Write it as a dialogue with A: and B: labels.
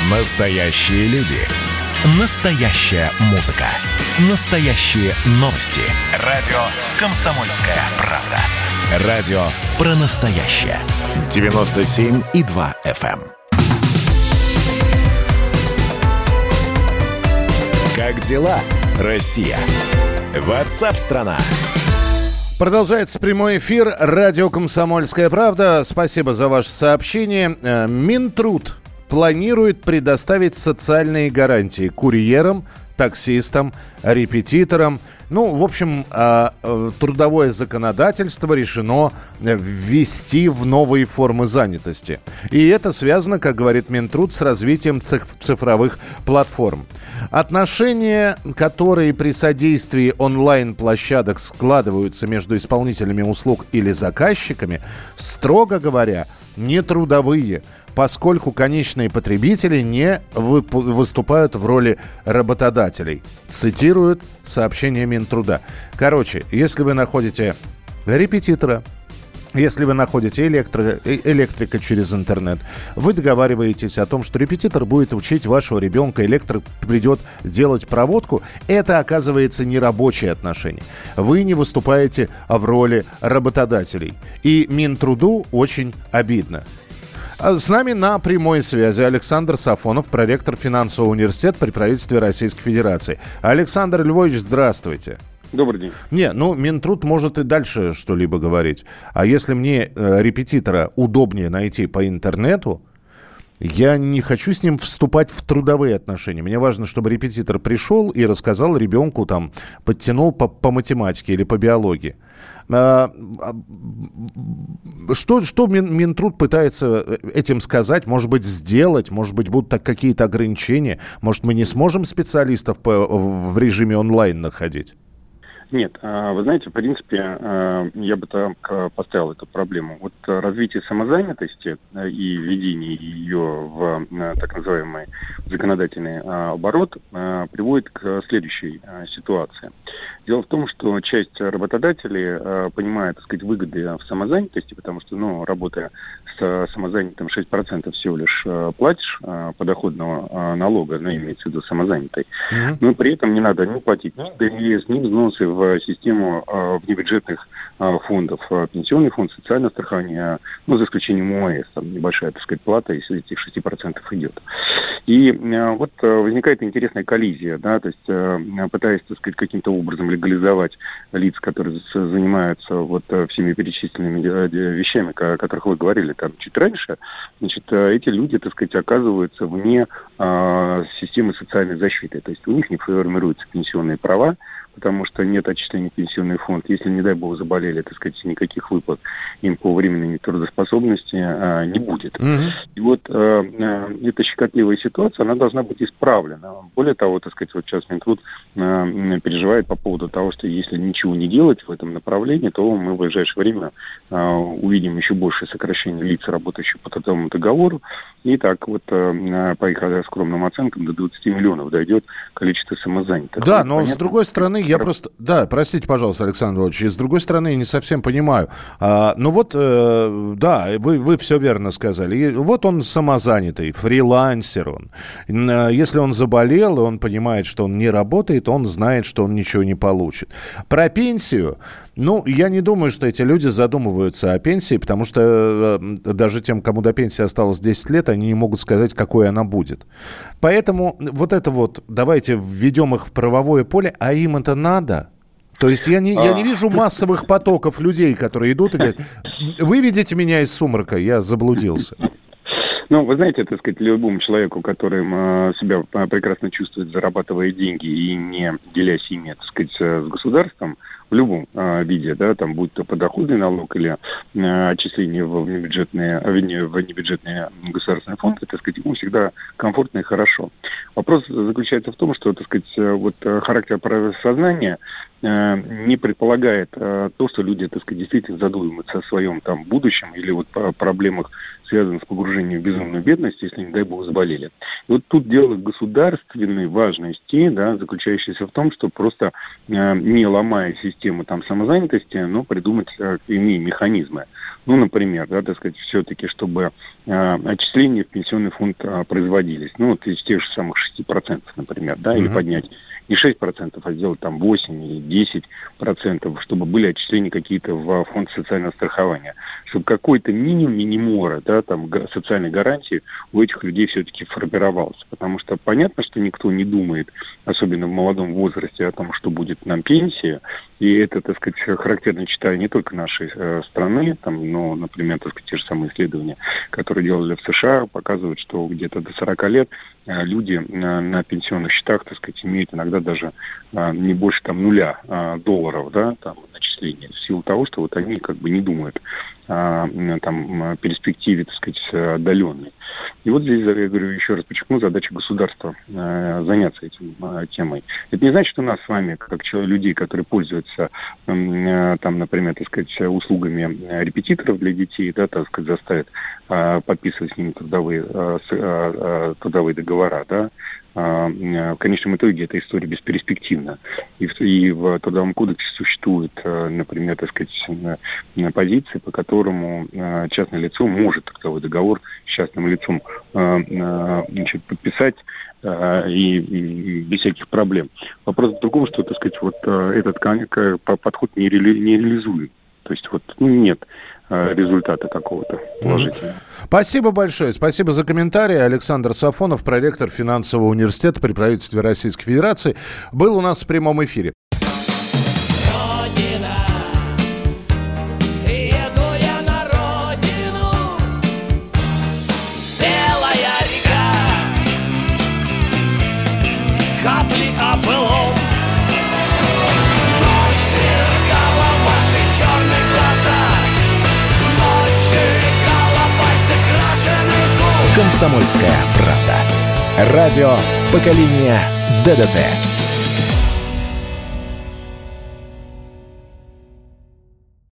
A: Настоящие люди. Настоящая музыка. Настоящие новости. Радио «Комсомольская правда». Радио про настоящее. 97,2 FM. Как дела, Россия? WhatsApp-страна.
B: Продолжается прямой эфир. Радио «Комсомольская правда». Спасибо за ваше сообщение. Минтруд планирует предоставить социальные гарантии курьерам, таксистам, репетиторам. В общем, трудовое законодательство решено ввести в новые формы занятости. И это связано, как говорит Минтруд, с развитием цифровых платформ. Отношения, которые при содействии онлайн-площадок складываются между исполнителями услуг или заказчиками, строго говоря, не трудовые, поскольку конечные потребители не выступают в роли работодателей. Цитируют сообщение Минтруда. Короче, если вы находите репетитора, если вы находите электрика через интернет, вы договариваетесь о том, что репетитор будет учить вашего ребенка, электрик придет делать проводку. Это, оказывается, не рабочие отношения. Вы не выступаете в роли работодателей. И Минтруду очень обидно. С нами на прямой связи Александр Сафонов, проректор финансового университета при правительстве Российской Федерации. Александр Львович, здравствуйте.
C: Добрый день.
B: Минтруд может и дальше что-либо говорить. А если мне репетитора удобнее найти по интернету, я не хочу с ним вступать в трудовые отношения. Мне важно, чтобы репетитор пришел и рассказал ребенку, подтянул по математике или по биологии. Что Минтруд пытается этим сказать? Может быть, сделать? Может быть, будут какие-то ограничения? Может, мы не сможем специалистов в режиме онлайн находить?
C: Нет, вы знаете, в принципе, я бы так поставил эту проблему. Вот развитие самозанятости и введение ее в так называемый законодательный оборот приводит к следующей ситуации. Дело в том, что часть работодателей понимает, выгоды в самозанятости, потому что, работая с самозанятым 6% всего лишь платишь подоходного налога, имеется в виду самозанятый, но при этом не надо ни платить ни ДНС, ни взносы в систему внебюджетных фондов, пенсионный фонд, социальное страхование, за исключением ОАС, там небольшая, плата, если этих 6% идет. И вот возникает интересная коллизия, то есть пытаясь, каким-то образом легализовать лиц, которые занимаются всеми перечисленными вещами, о которых вы говорили чуть раньше, эти люди, оказываются вне системы социальной защиты, то есть у них не формируются пенсионные права, потому что нет отчисления в пенсионный фонд. Если, не дай бог, заболели, никаких выплат им по временной нетрудоспособности не будет. И эта щекотливая ситуация, она должна быть исправлена. Более того, сейчас Минтруд переживает по поводу того, что если ничего не делать в этом направлении, то мы в ближайшее время увидим еще большее сокращение лиц, работающих по трудовому договору. И так по их скромным оценкам, до 20 миллионов дойдет количество самозанятых.
B: Да, но с другой стороны, я просто... Да, простите, пожалуйста, Александр Иванович, с другой стороны, я не совсем понимаю. Да, вы все верно сказали. И он самозанятый, фрилансер он. Если он заболел, и он понимает, что он не работает, он знает, что он ничего не получит. Про пенсию, я не думаю, что эти люди задумываются о пенсии, потому что даже тем, кому до пенсии осталось 10 лет, они не могут сказать, какой она будет. Поэтому давайте введем их в правовое поле, а им это надо. То есть я не вижу массовых потоков людей, которые идут и говорят: выведите меня из сумрака, я заблудился.
C: Вы знаете, любому человеку, который себя прекрасно чувствует, зарабатывая деньги и не делясь ими, с государством, в любом виде, будь то подоходный налог или отчисление в небюджетные государственные фонды, ему всегда комфортно и хорошо. Вопрос заключается в том, что, характер правосознания не предполагает то, что люди, так сказать, действительно задумываются о своем там будущем или вот о проблемах, связанных с погружением в безумную бедность, если, не дай бог, заболели. И вот тут дело государственной важности, да, заключающейся в том, что просто не ломая систему там самозанятости, но придумать иные механизмы. Ну, например, да, так сказать, все-таки, чтобы отчисления в пенсионный фонд производились. Ну, вот из тех же самых 6%, например, да, или поднять не 6%, а сделать там 8 или 10%, чтобы были отчисления какие-то в фонд социального страхования. Чтобы какой-то минимум минимора, да, там, социальной гарантии у этих людей все-таки формировался. Потому что понятно, что никто не думает, особенно в молодом возрасте, о том, что будет нам пенсия. И это, так сказать, характерно, читаю, не только нашей страны, там, но, например, так сказать, те же самые исследования, которые делали в США, показывают, что где-то до 40 лет люди на пенсионных счетах, так сказать, имеют иногда даже не больше там $0, да, там, начисления, в силу того, что вот они как бы не думают там перспективе, так сказать, отдаленной. И вот здесь, я говорю, еще раз подчеркну, задача государства заняться этим темой. Это не значит, что нас с вами, как людей, которые пользуются, там, например, так сказать, услугами репетиторов для детей, да, так сказать, заставят подписывать с ними трудовые договора, да. В конечном итоге эта история бесперспективна. И в Трудовом кодексе существует, например, так сказать, позиции, по которому частное лицо может трудовой договор с частным лицом значит, подписать и без всяких проблем. Вопрос в другом, что, так сказать, вот этот подход не реализуем. То есть вот нет результата какого-то положительного.
B: Спасибо большое. Спасибо за комментарий. Александр Сафонов, проректор финансового университета при правительстве Российской Федерации, был у нас в прямом эфире.
A: «Комсомольская правда». Радио поколения ДДТ.